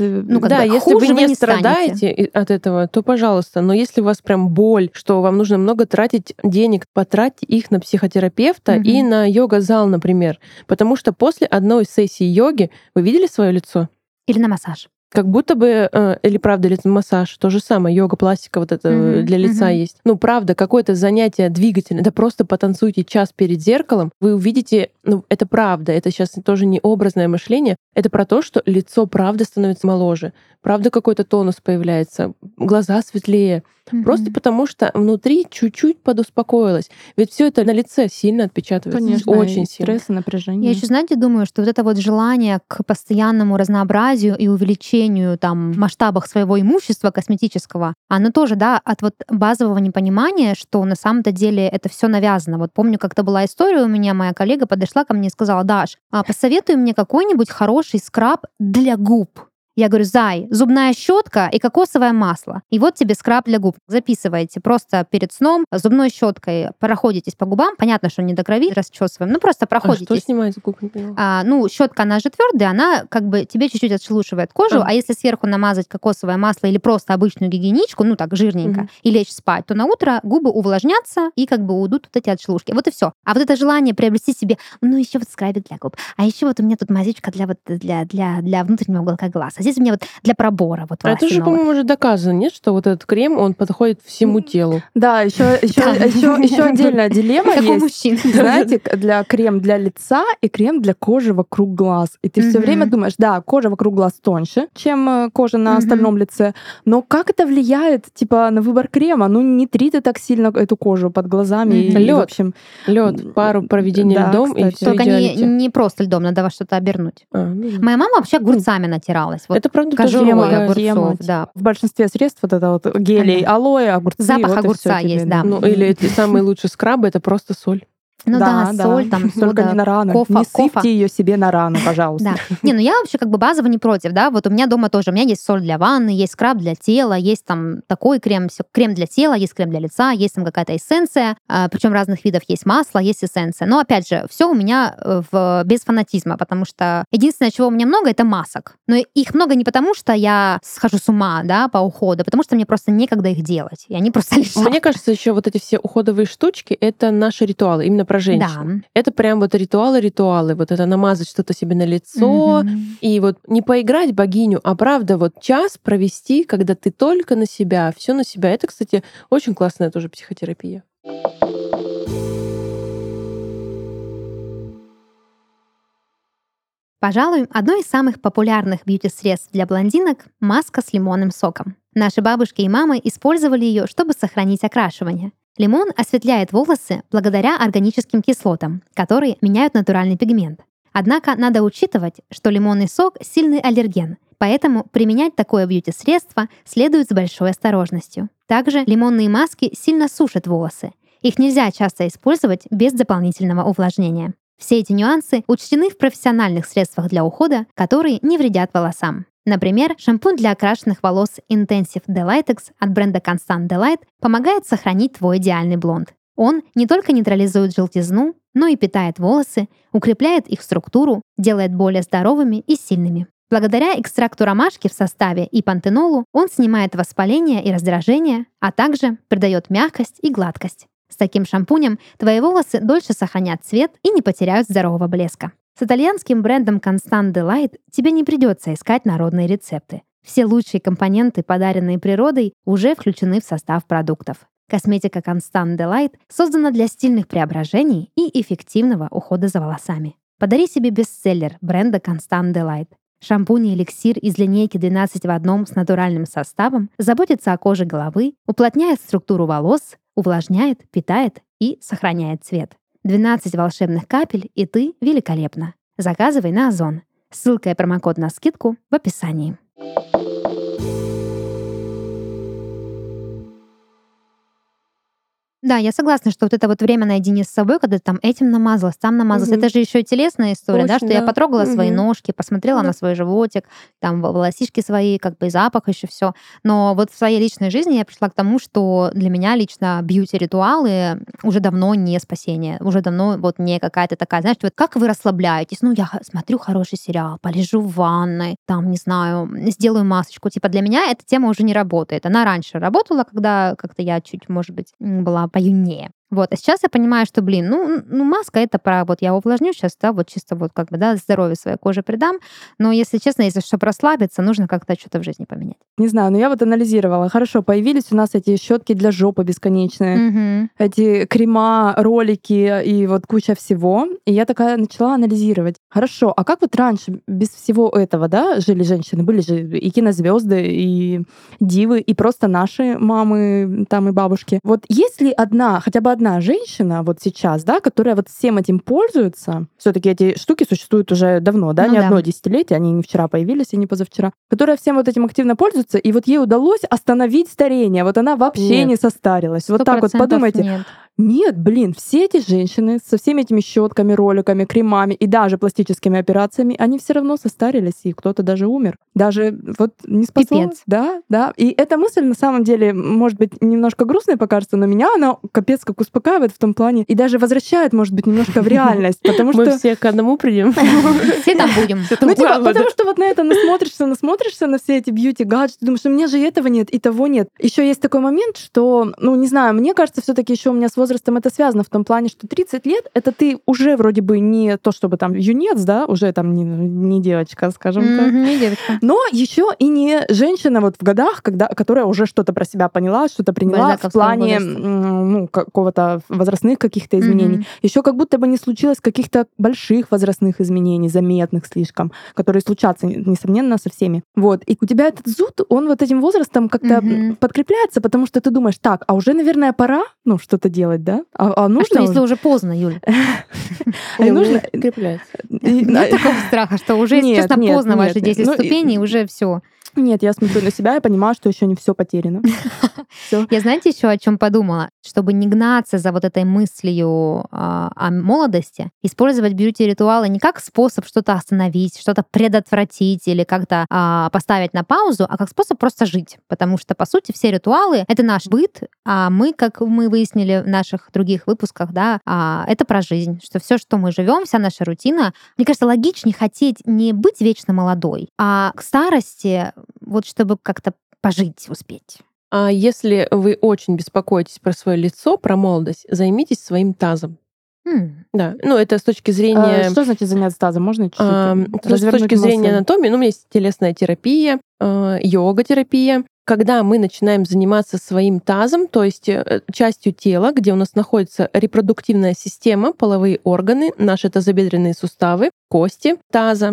вы не страдаете от этого, то пожалуйста. Но если у вас прям боль, что вам нужно много тратить денег, потратьте их на психотерапевта и на йога-зал, например. Потому что после одной сессии йоги вы видели свое лицо? Или на массаж. Как будто бы, или правда, массаж, то же самое, йога, пластика вот это для лица есть. Правда, какое-то занятие двигательное, да просто потанцуйте час перед зеркалом, вы увидите, это правда, это сейчас тоже не образное мышление, это про то, что лицо правда становится моложе, правда какой-то тонус появляется, глаза светлее. Просто потому, что внутри чуть-чуть подуспокоилось. Ведь все это на лице сильно отпечатывается. Конечно, очень сильно. Стресс и напряжение. Я еще, знаете, думаю, что вот это вот желание к постоянному разнообразию и увеличению там масштабах своего имущества косметического, оно тоже, от вот базового непонимания, что на самом-то деле это все навязано. Вот помню, как-то была история у меня, моя коллега подошла ко мне и сказала: Даш, посоветуй мне какой-нибудь хороший скраб для губ. Я говорю: Зай, зубная щетка и кокосовое масло. И вот тебе скраб для губ. Записываете просто перед сном зубной щеткой, проходитесь по губам. Понятно, что не до крови расчесываем, просто проходитесь. А что снимает с губ? Не поняла. Щетка, она же твердая, она как бы тебе чуть-чуть отшелушивает кожу, а если сверху намазать кокосовое масло или просто обычную гигиеничку, так жирненько, и лечь спать, то на утро губы увлажнятся и как бы уйдут вот эти отшелушки. Вот и все. А вот это желание приобрести себе, еще вот скрабик для губ, а еще вот у меня тут мазичка для внутреннего уголка глаз. Здесь у меня вот для пробора. Это же, по-моему, уже доказано, нет, что вот этот крем, он подходит всему телу. Да, еще отдельная дилемма есть. Как у мужчин. Знаете, крем для лица и крем для кожи вокруг глаз. И ты все время думаешь, кожа вокруг глаз тоньше, чем кожа на остальном лице. Но как это влияет, на выбор крема? Не трите так сильно эту кожу под глазами. Лед, пару проведения льдом, и все только не просто льдом, надо во что-то обернуть. Моя мама вообще огурцами натиралась. Это правда кожурой огурцов, да. В большинстве средств вот это вот гелей, алоэ, огурцы. Запах огурца есть, да. Или эти самые лучшие скрабы, это просто соль. Ну да, соль, там, только сода, не на рану. Не сыпьте ее себе на рану, пожалуйста. Да. Не, ну я вообще как бы базово не против, да. Вот у меня дома тоже, у меня есть соль для ванны, есть скраб для тела, есть там такой крем, крем для тела, есть крем для лица, есть там какая-то эссенция, причем разных видов есть масло, есть эссенция. Но опять же, все у меня без фанатизма, потому что единственное, чего у меня много, это масок. Но их много не потому, что я схожу с ума, да, по уходу, а потому что мне просто некогда их делать, и они просто лежат. Мне кажется, еще вот эти все уходовые штучки — это наши ритуалы, именно про женщин. Да. Это прям вот ритуалы. Вот это намазать что-то себе на лицо. И вот не поиграть богиню, а правда вот час провести, когда ты только на себя, все на себя. Это, кстати, очень классная тоже психотерапия. Пожалуй, одно из самых популярных бьюти-средств для блондинок — маска с лимонным соком. Наши бабушки и мамы использовали ее, чтобы сохранить окрашивание. Лимон осветляет волосы благодаря органическим кислотам, которые меняют натуральный пигмент. Однако надо учитывать, что лимонный сок — сильный аллерген, поэтому применять такое бьюти-средство следует с большой осторожностью. Также лимонные маски сильно сушат волосы. Их нельзя часто использовать без дополнительного увлажнения. Все эти нюансы учтены в профессиональных средствах для ухода, которые не вредят волосам. Например, шампунь для окрашенных волос Intensive Delights от бренда Constant Delight помогает сохранить твой идеальный блонд. Он не только нейтрализует желтизну, но и питает волосы, укрепляет их структуру, делает более здоровыми и сильными. Благодаря экстракту ромашки в составе и пантенолу он снимает воспаление и раздражение, а также придает мягкость и гладкость. С таким шампунем твои волосы дольше сохранят цвет и не потеряют здорового блеска. С итальянским брендом Constant Delight тебе не придется искать народные рецепты. Все лучшие компоненты, подаренные природой, уже включены в состав продуктов. Косметика Constant Delight создана для стильных преображений и эффективного ухода за волосами. Подари себе бестселлер бренда Constant Delight. Шампунь и эликсир из линейки 12 в 1 с натуральным составом заботится о коже головы, уплотняет структуру волос, увлажняет, питает и сохраняет цвет. 12 волшебных капель, и ты великолепна. Заказывай на Озон. Ссылка и промокод на скидку в описании. Да, я согласна, что вот это вот время наедине с собой, когда ты там этим намазалась, там намазалась, это же еще и телесная история, да, что я потрогала свои ножки, посмотрела на свой животик, там волосишки свои, как бы и запах еще все. Но вот в своей личной жизни я пришла к тому, что для меня лично бьюти-ритуалы уже давно не спасение, уже давно вот не какая-то такая, знаешь, вот как вы расслабляетесь? Ну, я смотрю хороший сериал, полежу в ванной, там, не знаю, сделаю масочку. Типа для меня эта тема уже не работает. Она раньше работала, когда как-то я чуть, может быть, была поюнее. Вот, а сейчас я понимаю, что, ну маска это про, вот я увлажню сейчас, да, вот чисто вот как бы, да, здоровье своей кожи придам, но если честно, если чтобы расслабиться, нужно как-то что-то в жизни поменять. Не знаю, но я вот анализировала. Хорошо, появились у нас эти щетки для жопы бесконечные, эти крема, ролики и вот куча всего. И я такая начала анализировать. Хорошо, а как вот раньше без всего этого, да, жили женщины? Были же и кинозвезды, и дивы, и просто наши мамы там и бабушки. Вот есть ли хотя бы одна женщина вот сейчас, да, которая вот всем этим пользуется, все-таки эти штуки существуют уже давно, да, не одно десятилетие, они не вчера появились и не позавчера, которая всем вот этим активно пользуется, и вот ей удалось остановить старение, вот она вообще не состарилась. Вот так вот подумайте. Нет, все эти женщины со всеми этими щетками, роликами, кремами и даже пластическими операциями, они все равно состарились, и кто-то даже умер. Даже вот не спасло. Пипец. Да. И эта мысль, на самом деле, может быть, немножко грустная покажется, но меня она капец как успокаивает в том плане и даже возвращает, может быть, немножко в реальность, потому что... Мы все к одному придем. Все там будем. Ну, типа, потому что вот на это насмотришься на все эти бьюти-гаджеты, думаешь, у меня же этого нет, и того нет. Еще есть такой момент, что, ну, не знаю, мне кажется, все-таки еще у меня с возрастом это связано в том плане, что 30 лет — это ты уже вроде бы не то, чтобы там юнец, да, уже там не девочка, скажем так. Не девочка. Но еще и не женщина вот в годах, которая уже что-то про себя поняла, что-то приняла в плане какого-то возрастных каких-то изменений. Еще как будто бы не случилось каких-то больших возрастных изменений, заметных слишком, которые случатся, несомненно, со всеми. Вот. И у тебя этот зуд, он вот этим возрастом как-то подкрепляется, потому что ты думаешь, так, а уже, наверное, пора, что-то делать, да? А нужно... что, если уже поздно, Юль? Нужно подкрепляться. Нет такого страха, что уже, если честно, поздно ваши 10 ступеней, уже все. Нет, я смотрю на себя и понимаю, что еще не все потеряно. Всё. Я, знаете, еще о чем подумала? Чтобы не гнаться за вот этой мыслью о молодости, использовать бьюти-ритуалы не как способ что-то остановить, что-то предотвратить или как-то поставить на паузу, а как способ просто жить. Потому что, по сути, все ритуалы — это наш быт, а мы, как мы выяснили в наших других выпусках, да, это про жизнь. Что все, что мы живем, вся наша рутина, мне кажется, логичнее хотеть не быть вечно молодой, а к старости, вот чтобы как-то пожить успеть. А если вы очень беспокоитесь про свое лицо, про молодость, займитесь своим тазом. Да, ну это с точки зрения... Что значит заняться тазом? Можно чуть-чуть с развернуть точки зрения мысль? анатомии, у меня есть телесная терапия, йога-терапия. Когда мы начинаем заниматься своим тазом, то есть частью тела, где у нас находится репродуктивная система, половые органы, наши тазобедренные суставы, кости таза,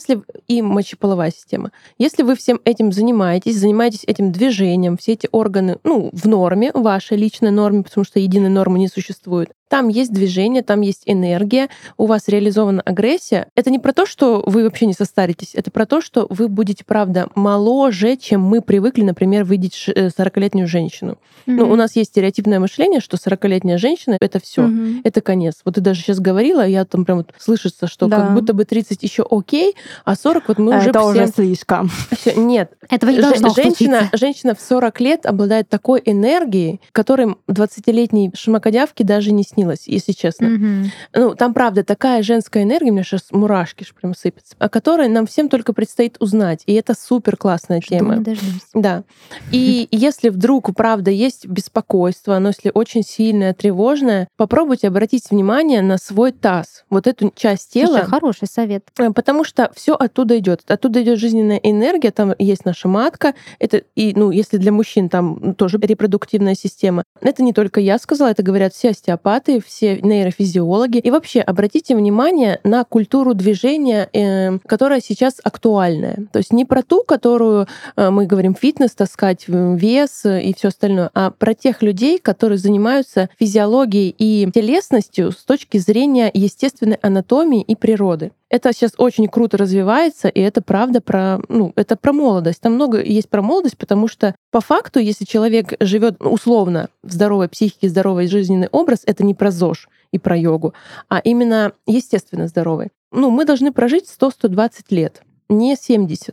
и мочеполовая система. Если вы всем этим занимаетесь этим движением, все эти органы, в норме, в вашей личной норме, потому что единой нормы не существует, там есть движение, там есть энергия, у вас реализована агрессия. Это не про то, что вы вообще не состаритесь, это про то, что вы будете, правда, моложе, чем мы привыкли, например, видеть 40-летнюю женщину. У нас есть стереотипное мышление, что 40-летняя женщина — это все, это конец. Вот ты даже сейчас говорила, я там прям слышится, что как будто бы 30 еще окей, а 40 вот мы уже это все... уже слишком. Нет. Этого не должно случиться. Женщина в 40 лет обладает такой энергией, которой 20-летней шмакодявке даже не снилось, если честно. Там, правда, такая женская энергия, у меня сейчас мурашки прям сыпятся, о которой нам всем только предстоит узнать. И это супер классная тема. Не дождусь. Да. И если вдруг, правда, есть беспокойство, оно если очень сильное, тревожное, попробуйте обратить внимание на свой таз, вот эту часть тела. Слушай, хороший совет. Потому что все оттуда идет. Оттуда идет жизненная энергия, там есть наша матка. Это и, если для мужчин там тоже репродуктивная система. Это не только я сказала, это говорят все остеопаты, все нейрофизиологи. И вообще обратите внимание на культуру движения, которая сейчас актуальная. То есть не про ту, которую мы говорим фитнес, таскать вес и все остальное, а про тех людей, которые занимаются физиологией и телесностью с точки зрения естественной анатомии и природы. Это сейчас очень круто развивается, и это правда это про молодость. Там много есть про молодость, потому что по факту, если человек живет условно в здоровой психике, здоровый жизненный образ, это не про ЗОЖ и про йогу, а именно естественно здоровый. Мы должны прожить 100-120 лет, не 70.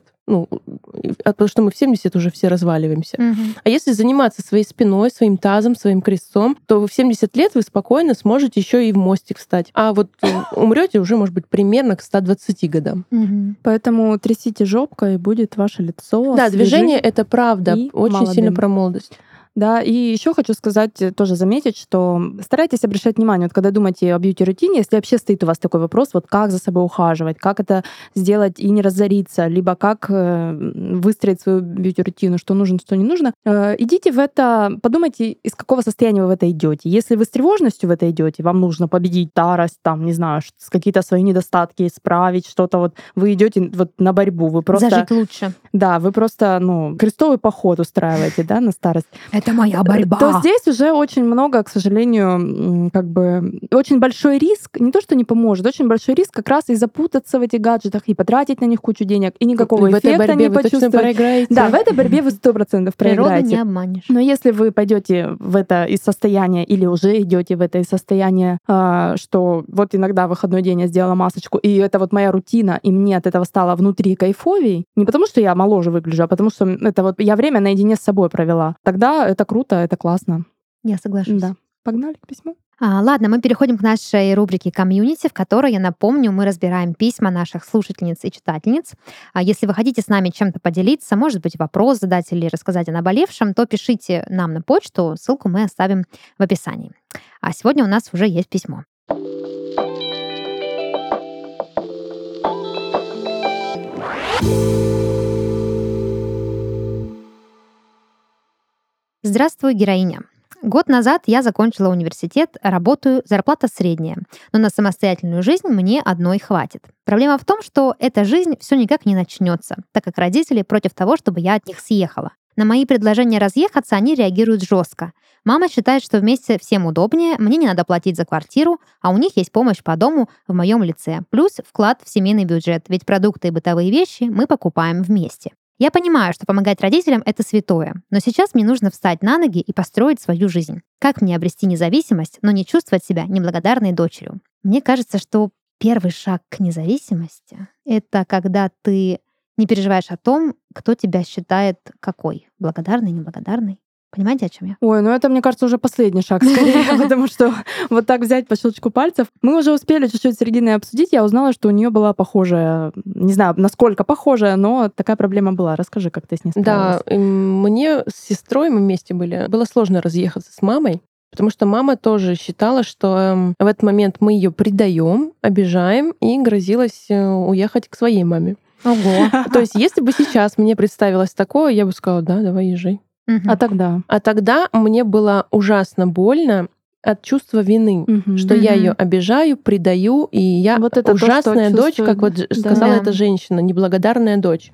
Потому что мы в 70 уже все разваливаемся. А если заниматься своей спиной, своим тазом, своим крестцом, то в 70 лет вы спокойно сможете еще и в мостик встать. А вот умрете уже, может быть, примерно к 120 годам. Поэтому трясите жопкой, и будет ваше лицо. Да, движение — это правда очень молодым. сильно про молодость. Да, и еще хочу сказать, тоже заметить, что старайтесь обращать внимание, вот когда думаете о бьюти-рутине, если вообще стоит у вас такой вопрос, вот как за собой ухаживать, как это сделать и не разориться, либо как выстроить свою бьюти-рутину, что нужно, что не нужно, идите в это, подумайте, из какого состояния вы в это идете. Если вы с тревожностью в это идете, вам нужно победить старость, там, не знаю, какие-то свои недостатки исправить, что-то вот, вы идете вот на борьбу, вы просто... Зажить лучше. Да, вы просто, крестовый поход устраиваете, да, на старость. Это моя борьба. То здесь уже очень много, к сожалению, очень большой риск, не то, что не поможет, очень большой риск как раз и запутаться в этих гаджетах, и потратить на них кучу денег, и никакого эффекта не почувствовать. Точно проиграете. Да, в этой борьбе вы 100% проиграете. Природу не обманешь. Но если вы пойдете в это из состояния, или уже идете в это из состояния, что вот иногда в выходной день я сделала масочку, и это вот моя рутина, и мне от этого стало внутри кайфовей, не потому что я моложе выгляжу, а потому что это вот я время наедине с собой провела, тогда это круто, это классно. Я соглашусь. Да. Погнали к письму. Ладно, мы переходим к нашей рубрике «Комьюнити», в которой, я напомню, мы разбираем письма наших слушательниц и читательниц. Если вы хотите с нами чем-то поделиться, может быть, вопрос задать или рассказать о наболевшем, то пишите нам на почту, ссылку мы оставим в описании. А сегодня у нас уже есть письмо. Здравствуй, героиня. Год назад я закончила университет, работаю, зарплата средняя, но на самостоятельную жизнь мне одной хватит. Проблема в том, что эта жизнь все никак не начнется, так как родители против того, чтобы я от них съехала. На мои предложения разъехаться они реагируют жестко. Мама считает, что вместе всем удобнее, мне не надо платить за квартиру, а у них есть помощь по дому в моем лице, плюс вклад в семейный бюджет, ведь продукты и бытовые вещи мы покупаем вместе. Я понимаю, что помогать родителям — это святое, но сейчас мне нужно встать на ноги и построить свою жизнь. Как мне обрести независимость, но не чувствовать себя неблагодарной дочерью? Мне кажется, что первый шаг к независимости — это когда ты не переживаешь о том, кто тебя считает какой. Благодарной, неблагодарной. Понимаете, о чем я? Ой, ну это, мне кажется, уже последний шаг скорее, потому что вот так взять по щелчку пальцев. Мы уже успели чуть-чуть с Региной обсудить. Я узнала, что у нее была похожая, не знаю, насколько похожая, но такая проблема была. Расскажи, как ты с ней справилась. Да, мне с сестрой, мы вместе были, было сложно разъехаться с мамой, потому что мама тоже считала, что в этот момент мы ее предаем, обижаем, и грозилась уехать к своей маме. Ого. То есть, если бы сейчас мне представилось такое, я бы сказала, да, давай езжай. А тогда? А тогда мне было ужасно больно от чувства вины, что я ее обижаю, предаю, и я Вот это ужасная то, дочь, как вот сказала Да. эта женщина, неблагодарная дочь.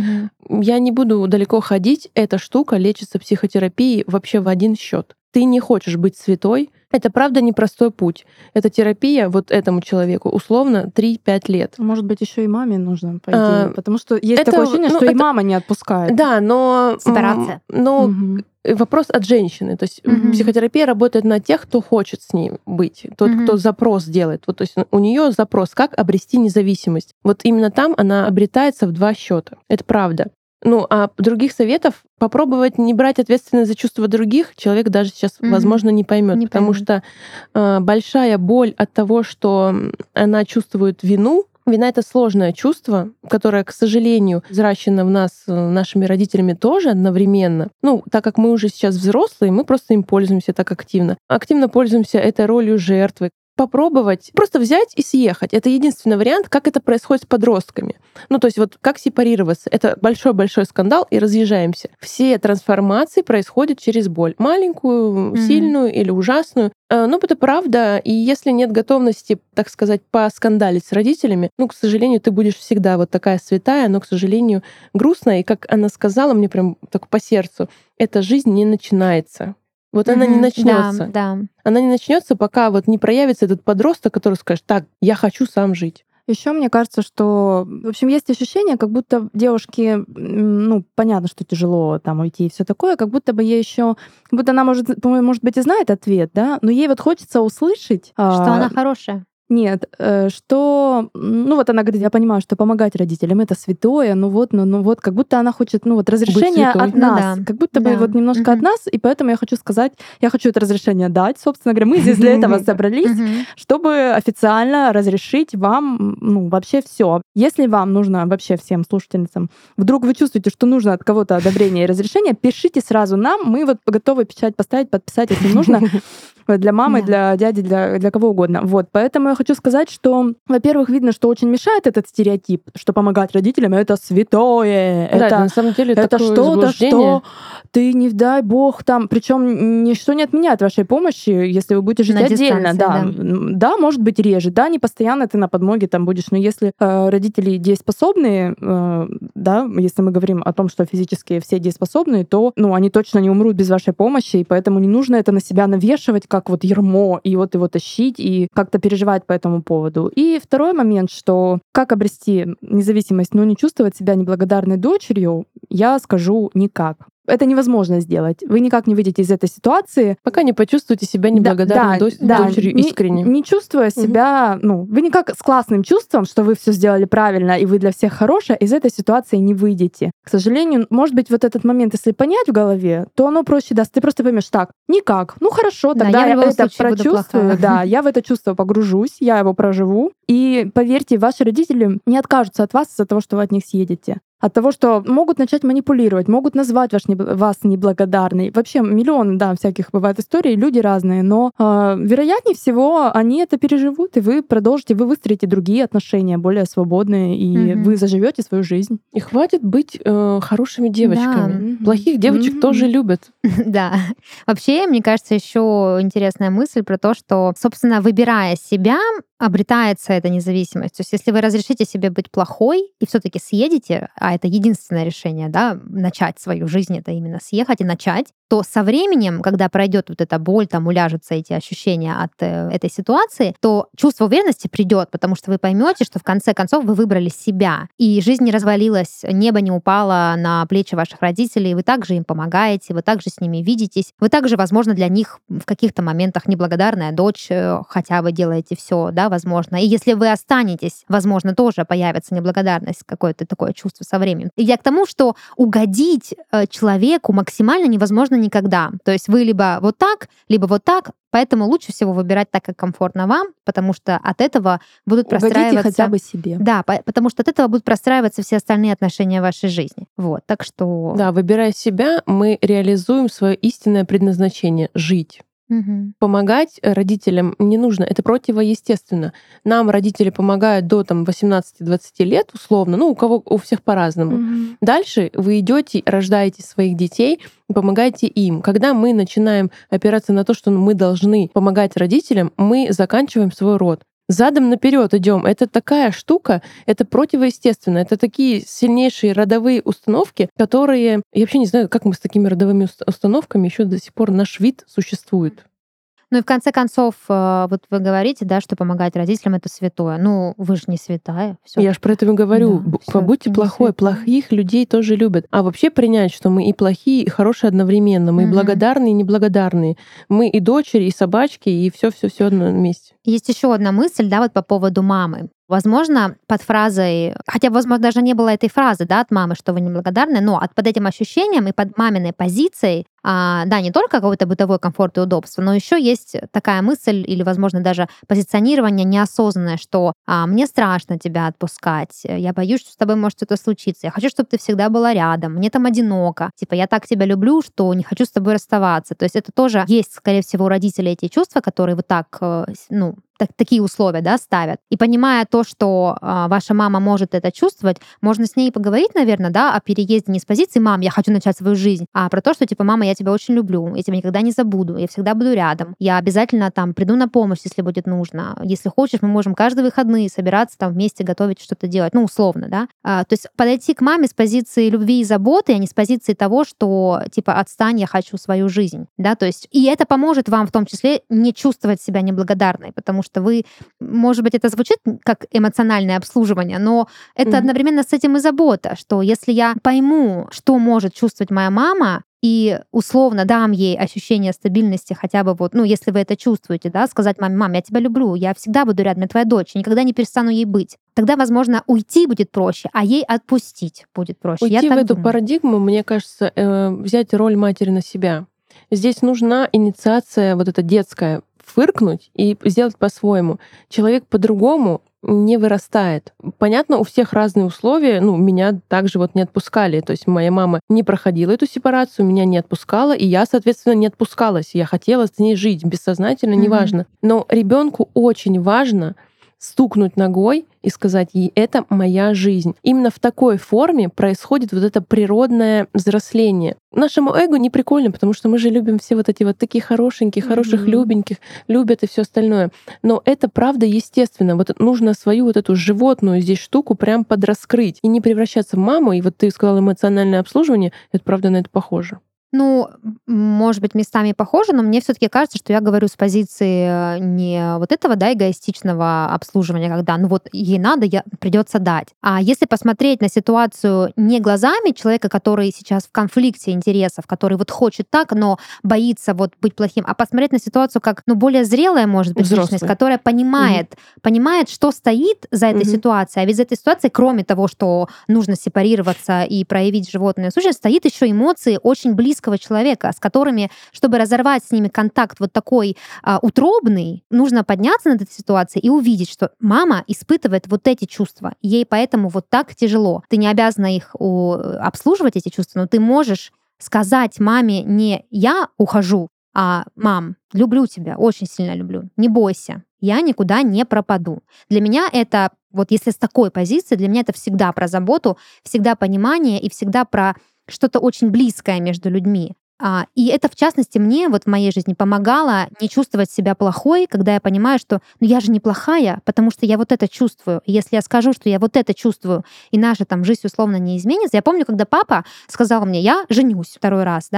Я не буду далеко ходить, эта штука лечится психотерапией вообще в один счет. Ты не хочешь быть святой, это правда непростой путь. Это терапия вот этому человеку условно 3-5 лет. Может быть, еще и маме нужно, по идее. Потому что есть такое ощущение, что и мама не отпускает. Да, но... Сепарация. Но вопрос от женщины. То есть психотерапия работает на тех, кто хочет с ней быть, тот, кто запрос делает. Вот, то есть у нее запрос, как обрести независимость. Вот именно там она обретается в 2 счета. Это правда. Ну, а других советов попробовать не брать ответственность за чувства других человек даже сейчас, возможно, не поймет, потому что большая боль от того, что она чувствует вину. Вина — это сложное чувство, которое, к сожалению, взращено в нас нашими родителями тоже одновременно. Ну, так как мы уже сейчас взрослые, мы просто им пользуемся так активно. Активно пользуемся этой ролью жертвы. Попробовать просто взять и съехать. Это единственный вариант, как это происходит с подростками. Ну, то есть вот как сепарироваться. Это большой-большой скандал, и разъезжаемся. Все трансформации происходят через боль. Маленькую, сильную или ужасную. Но это правда. И если нет готовности, так сказать, поскандалить с родителями, ну, к сожалению, ты будешь всегда вот такая святая, но, к сожалению, грустная. И как она сказала мне прям так по сердцу, эта жизнь не начинается. Вот она не начнется. Да. Она не начнется, пока вот не проявится этот подросток, который скажет: так, я хочу сам жить. Еще мне кажется, что, в общем, есть ощущение, как будто девушке, ну, понятно, что тяжело там уйти и все такое, как будто бы ей еще, как будто она может быть и знает ответ, да, но ей вот хочется услышать, Что она хорошая. Нет, что, ну вот она говорит, я понимаю, что помогать родителям это святое, ну вот, как будто она хочет, ну вот разрешение от нас, как будто бы вот немножко от нас, и поэтому я хочу сказать, я хочу это разрешение дать, собственно говоря, мы здесь для этого собрались, чтобы официально разрешить вам, ну вообще все. Если вам нужно вообще всем слушательницам, вдруг вы чувствуете, что нужно от кого-то одобрение и разрешение, пишите сразу нам, мы вот готовы печать поставить, подписать, если нужно. Для мамы, для дяди, для кого угодно. Вот. Поэтому я хочу сказать, что, во-первых, видно, что очень мешает этот стереотип, что помогать родителям — это святое. Да, это на самом деле это такое что-то, заблуждение. что ты, не дай бог, там... Причем ничто не отменяет вашей помощи, если вы будете жить На отдельно. дистанции, Да, может быть, реже. Да, не постоянно ты на подмоге там будешь. Но если родители дееспособные, да, если мы говорим о том, что физически все дееспособные, то они точно не умрут без вашей помощи, и поэтому не нужно это на себя навешивать, как вот ярмо, и вот его тащить, и как-то переживать по этому поводу. И второй момент, что как обрести независимость, но не чувствовать себя неблагодарной дочерью, я скажу никак. Это невозможно сделать. Вы никак не выйдете из этой ситуации. Пока не почувствуете себя неблагодарной дочерью искренне. Не чувствуя себя, вы никак с классным чувством, что вы все сделали правильно и вы для всех хорошая, из этой ситуации не выйдете. К сожалению, может быть, вот этот момент, если понять в голове, то оно проще даст. Ты просто поймешь, так, никак. Ну хорошо, тогда я это прочувствую. Да, я в это чувство погружусь, я его проживу. И поверьте, ваши родители не откажутся от вас из-за того, что вы от них съедете. От того, что могут начать манипулировать, могут назвать вас неблагодарной. Вообще миллион, всяких бывает историй, люди разные, но вероятнее всего они это переживут, и вы продолжите, вы выстроите другие отношения, более свободные, и вы заживете свою жизнь. И хватит быть хорошими девочками. Да. Плохих девочек тоже любят. Да. Вообще, мне кажется, еще интересная мысль про то, что, собственно, выбирая себя, обретается эта независимость. То есть если вы разрешите себе быть плохой и все-таки съедете, а это единственное решение, начать свою жизнь, это именно съехать и начать, что со временем, когда пройдет вот эта боль, там уляжутся эти ощущения от этой ситуации, то чувство уверенности придет, потому что вы поймете, что в конце концов вы выбрали себя, и жизнь не развалилась, небо не упало на плечи ваших родителей, вы также им помогаете, вы также с ними видитесь, вы также, возможно, для них в каких-то моментах неблагодарная дочь, хотя вы делаете все, да, возможно. И если вы останетесь, возможно, тоже появится неблагодарность, какое-то такое чувство со временем. И я к тому, что угодить человеку максимально невозможно никогда. То есть вы либо вот так, поэтому лучше всего выбирать так, как комфортно вам, потому что от этого будут простраиваться... Угодите хотя бы себе. Да, потому что от этого будут простраиваться все остальные отношения в вашей жизни. Вот, так что... Да, выбирая себя, мы реализуем свое истинное предназначение — жить. Помогать родителям не нужно, это противоестественно. Нам родители помогают до 18-20 лет, условно, у всех по-разному. Дальше вы идете, рождаете своих детей, помогаете им. Когда мы начинаем опираться на то, что мы должны помогать родителям, мы заканчиваем свой род. Задом наперед идем. Это такая штука, это противоестественно. Это такие сильнейшие родовые установки, которые... Я вообще не знаю, как мы с такими родовыми установками еще до сих пор наш вид существует. Ну и в конце концов, вот вы говорите, да, что помогать родителям — это святое. Ну, вы же не святая. Я же про это и говорю. Да, Побудьте плохой. Плохих людей тоже любят. А вообще принять, что мы и плохие, и хорошие одновременно. Мы и благодарные, и неблагодарные. Мы и дочери, и собачки, и все одно вместе. Есть еще одна мысль, да, вот по поводу мамы. Возможно, под фразой, хотя, возможно, даже не было этой фразы, да, от мамы, что вы неблагодарны, но под этим ощущением и под маминой позицией, да, не только какой-то бытовой комфорт и удобство, но еще есть такая мысль или, возможно, даже позиционирование неосознанное, что мне страшно тебя отпускать, я боюсь, что с тобой может что-то случиться, я хочу, чтобы ты всегда была рядом, мне там одиноко, типа я так тебя люблю, что не хочу с тобой расставаться. То есть это тоже есть, скорее всего, у родителей эти чувства, которые вот так, такие условия, да, ставят. И понимая то, что ваша мама может это чувствовать, можно с ней поговорить, наверное, да, о переезде не с позиции «мам, я хочу начать свою жизнь», а про то, что типа «мама, я тебя очень люблю, я тебя никогда не забуду, я всегда буду рядом, я обязательно там приду на помощь, если будет нужно. Если хочешь, мы можем каждые выходные собираться там вместе готовить, что-то делать», условно, да. То есть подойти к маме с позиции любви и заботы, а не с позиции того, что типа «отстань, я хочу свою жизнь», да, то есть и это поможет вам в том числе не чувствовать себя неблагодарной, потому что вы, может быть, это звучит как эмоциональное обслуживание, но это одновременно с этим и забота, что если я пойму, что может чувствовать моя мама, и условно дам ей ощущение стабильности хотя бы если вы это чувствуете, да, сказать маме: «Мам, я тебя люблю, я всегда буду рядом, я твоя дочь, я никогда не перестану ей быть». Тогда, возможно, уйти будет проще, а ей отпустить будет проще. Уйти в эту парадигму, мне кажется, взять роль матери на себя. Здесь нужна инициация вот эта детская, фыркнуть и сделать по-своему. Человек по-другому не вырастает. Понятно, у всех разные условия. Меня также не отпускали. То есть моя мама не проходила эту сепарацию, меня не отпускала, и я, соответственно, не отпускалась. Я хотела с ней жить, бессознательно, неважно. Но ребенку очень важно стукнуть ногой и сказать ей: это моя жизнь. Именно в такой форме происходит вот это природное взросление. Нашему эго не прикольно, потому что мы же любим все эти такие хорошенькие, хороших, любеньких, любят и все остальное. Но это правда естественно. Нужно свою эту животную здесь штуку прям подраскрыть и не превращаться в маму. И ты сказала эмоциональное обслуживание, это правда на это похоже. Может быть, местами похоже, но мне все-таки кажется, что я говорю с позиции не этого, да, эгоистичного обслуживания, когда ей надо, придется дать. А если посмотреть на ситуацию не глазами человека, который сейчас в конфликте интересов, который хочет так, но боится быть плохим, а посмотреть на ситуацию как более зрелая, может быть, личность, которая понимает, что стоит за этой ситуацией. А ведь за этой ситуацией, кроме того, что нужно сепарироваться и проявить животную сущность, стоит еще эмоции очень близкого человека, с которыми, чтобы разорвать с ними контакт такой утробный, нужно подняться над этой ситуацией и увидеть, что мама испытывает эти чувства. Ей поэтому так тяжело. Ты не обязана их обслуживать, эти чувства, но ты можешь сказать маме не «я ухожу», а «мам, люблю тебя, очень сильно люблю, не бойся, я никуда не пропаду». Для меня это, если с такой позиции, для меня это всегда про заботу, всегда понимание и всегда про что-то очень близкое между людьми. И это, в частности, мне в моей жизни помогало не чувствовать себя плохой, когда я понимаю, что я же не плохая, потому что я это чувствую. И если я скажу, что я это чувствую, и наша жизнь условно не изменится. Я помню, когда папа сказал мне: «Я женюсь второй раз», да,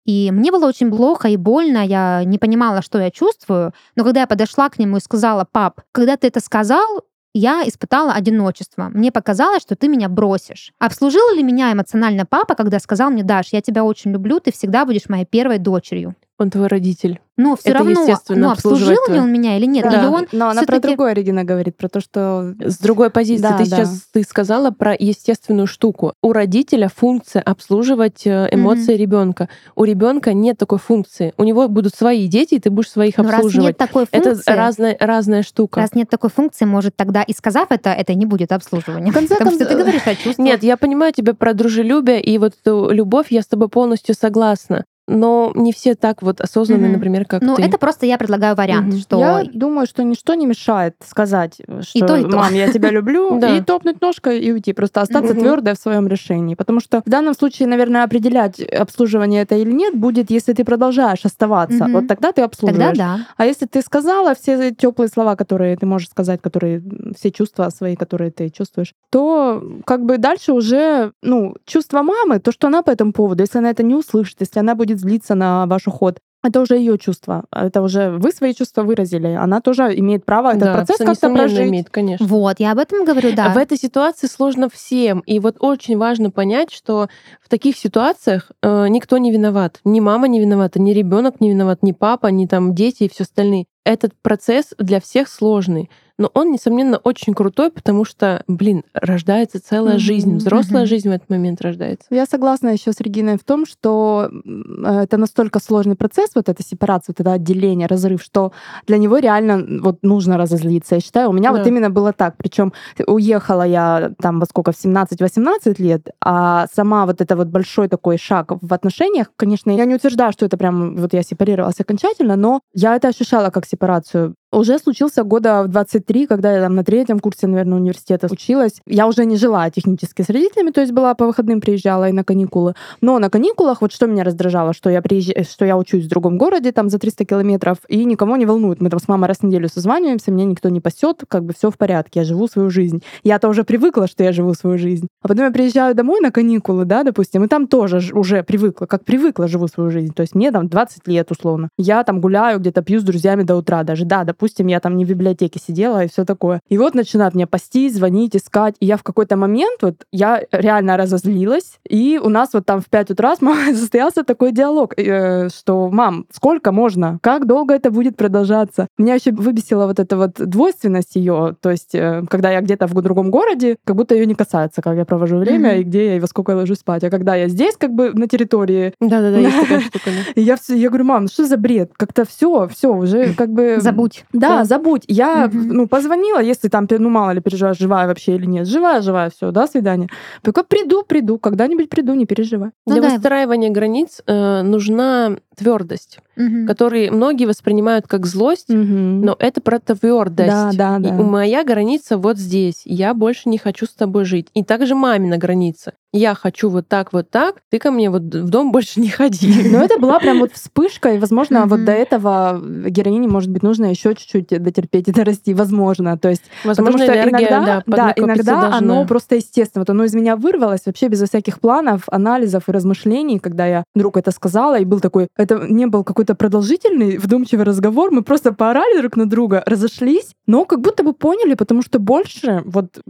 И мне было очень плохо и больно, я не понимала, что я чувствую. Но когда я подошла к нему и сказала: пап, когда ты это сказал, я испытала одиночество. Мне показалось, что ты меня бросишь. Обслужил ли меня эмоционально папа, когда сказал мне: Даш, я тебя очень люблю, ты всегда будешь моей первой дочерью? Он твой родитель. Но все Это, равно, естественно, обслужил обслуживать ли он меня или нет? Да, Или он но она про всё-таки... другое, Регина, говорит, про то, что... С другой позиции, Да, ты да. сейчас сказала про естественную штуку. У родителя функция обслуживать эмоции ребенка. У ребенка нет такой функции. У него будут свои дети, и ты будешь своих Но раз обслуживать. нет такой Это функции, разная штука. раз нет такой функции, может, тогда и сказав это не будет обслуживанием. В конце Потому что ты концов- говоришь о чувствах. Нет, я понимаю тебя про дружелюбие и вот эту любовь, я с тобой полностью согласна. Но не все так вот осознанные, Мгм. например, как Ну, ты. это просто я предлагаю вариант, Мгм. что Я думаю, что ничто не мешает сказать, что то, и то. мам, я тебя люблю, Да. и топнуть ножкой и уйти. Просто остаться Мгм. твердой в своем решении. Потому что в данном случае, наверное, определять, обслуживание это или нет, будет, если ты продолжаешь оставаться. Мгм. Вот тогда ты тогда обслуживаешь. да. А если ты сказала все теплые слова, которые ты можешь сказать, которые все чувства свои, которые ты чувствуешь, то как бы дальше уже, чувство мамы, то, что она по этому поводу, если она это не услышит, если она будет злиться на ваш уход, это уже ее чувство. Это уже вы свои чувства выразили. Она тоже имеет право этот Да, процесс как-то несомненно, прожить. имеет, конечно. Вот, я об этом говорю, да. В этой ситуации сложно всем. И вот очень важно понять, что в таких ситуациях никто не виноват. Ни мама не виновата, ни ребенок не виноват, ни папа, ни там дети и все остальные. Этот процесс для всех сложный. Но он, несомненно, очень крутой, потому что, рождается целая жизнь, взрослая Мгм. жизнь в этот момент рождается. Я согласна еще с Региной в том, что это настолько сложный процесс, вот эта сепарация, вот это отделение, разрыв, что для него реально вот нужно разозлиться. Я считаю, у меня вот Да. именно было так. Причем уехала я там во сколько, в 17-18 лет, а сама вот это вот большой такой шаг в отношениях, конечно, я не утверждаю, что это прям вот я сепарировалась окончательно, но я это ощущала как сепарацию. Уже случился года в 23, когда я там на 3-м курсе, наверное, университета училась. Я уже не жила технически с родителями, то есть была по выходным, приезжала и на каникулы. Но на каникулах вот что меня раздражало, что я что я учусь в другом городе, там за 300 километров, и никого не волнует. Мы там с мамой раз в неделю созваниваемся, меня никто не пасет, как бы все в порядке, я живу свою жизнь. Я-то уже привыкла, что я живу свою жизнь. А потом я приезжаю домой на каникулы, да, допустим, и там тоже уже привыкла, живу свою жизнь. То есть мне там 20 лет условно. Я там гуляю, где-то пью с друзьями до утра даже, да, допустим, я там не в библиотеке сидела и все такое. И вот начинают мне пастись, звонить, искать. И я в какой-то момент, вот, я реально разозлилась. И у нас вот там в 5 утра с мамой состоялся такой диалог, что: мам, сколько можно? Как долго это будет продолжаться? Меня еще выбесила вот эта вот двойственность ее. То есть, когда я где-то в другом городе, как будто ее не касается, как я провожу время Мгм. и где я и во сколько я ложусь спать. А когда я здесь, как бы на территории, Да-да-да, есть такая штука. Да. и я говорю: мам, что за бред? Как-то все уже как бы... Забудь. Да, забудь. Я, Мгм. позвонила, если там, мало ли переживаешь, живая вообще или нет. Живая, все, до свидания. Только приду, когда-нибудь приду, не переживай. Ну Для да. выстраивания границ нужна твердость, Мгм. которую многие воспринимают как злость, но это про твердость. Да. И моя граница вот здесь. Я больше не хочу с тобой жить. И также мамина граница. Я хочу вот так, ты ко мне вот в дом больше не ходи. Но это была прям вот вспышка, и, возможно, вот Мгм. до этого героине, может быть, нужно еще чуть-чуть дотерпеть и дорасти, возможно. То есть, Возможно, потому что энергия, иногда, поднакопиться иногда должна. оно просто естественно. Вот оно из меня вырвалось вообще безо всяких планов, анализов и размышлений, когда я вдруг это сказала, и был такой, это не был какой-то продолжительный, вдумчивый разговор, мы просто поорали друг на друга, разошлись, но как будто бы поняли, потому что больше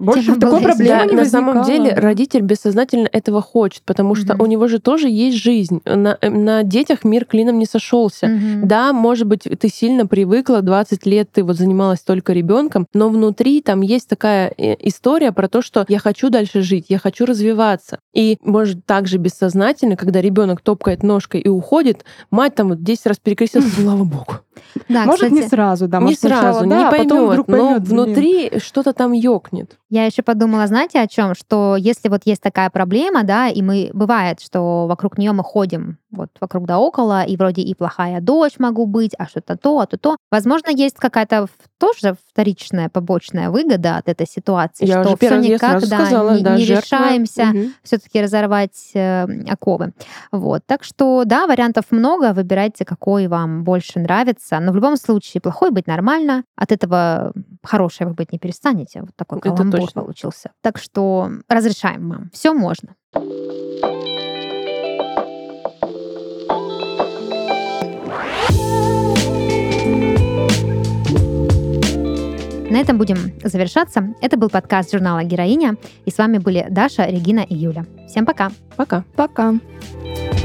в такой болезнь. проблемы Да, не на возникало. самом деле родитель бессознательно этого хочет, потому что Мгм. у него же тоже есть жизнь. На детях мир клином не сошелся. Мгм. Да, может быть, ты сильно привыкла, 20 лет ты вот занималась только ребенком, но внутри там есть такая история про то, что я хочу дальше жить, я хочу развиваться. И может также бессознательно, когда ребенок топкает ножкой и уходит, мать там вот 10 раз перекрестилась, слава богу. Да, Может, не кстати, сразу, да, Не может, сначала, сразу, да, не а потом поймет, вдруг но поймет. внутри что-то там ёкнет. я еще подумала, знаете, о чем? Что если вот есть такая проблема, да, и бывает, что вокруг нее мы ходим вот вокруг да около, и вроде и плохая дочь могу быть, а что-то то, а то. Возможно, есть какая-то тоже вторичная побочная выгода от этой ситуации, Я что уже первый все раз никак сказала, не жертва. решаемся Мгм. все-таки разорвать оковы. Вот. Так что, да, вариантов много, выбирайте, какой вам больше нравится. Но в любом случае, плохой быть нормально, от этого хорошее вы быть не перестанете. Вот такой Это каламбур точно. получился. Так что разрешаем, мам. Все можно. На этом будем завершаться. Это был подкаст журнала «Героиня». И с вами были Даша, Регина и Юля. Всем пока. Пока. Пока.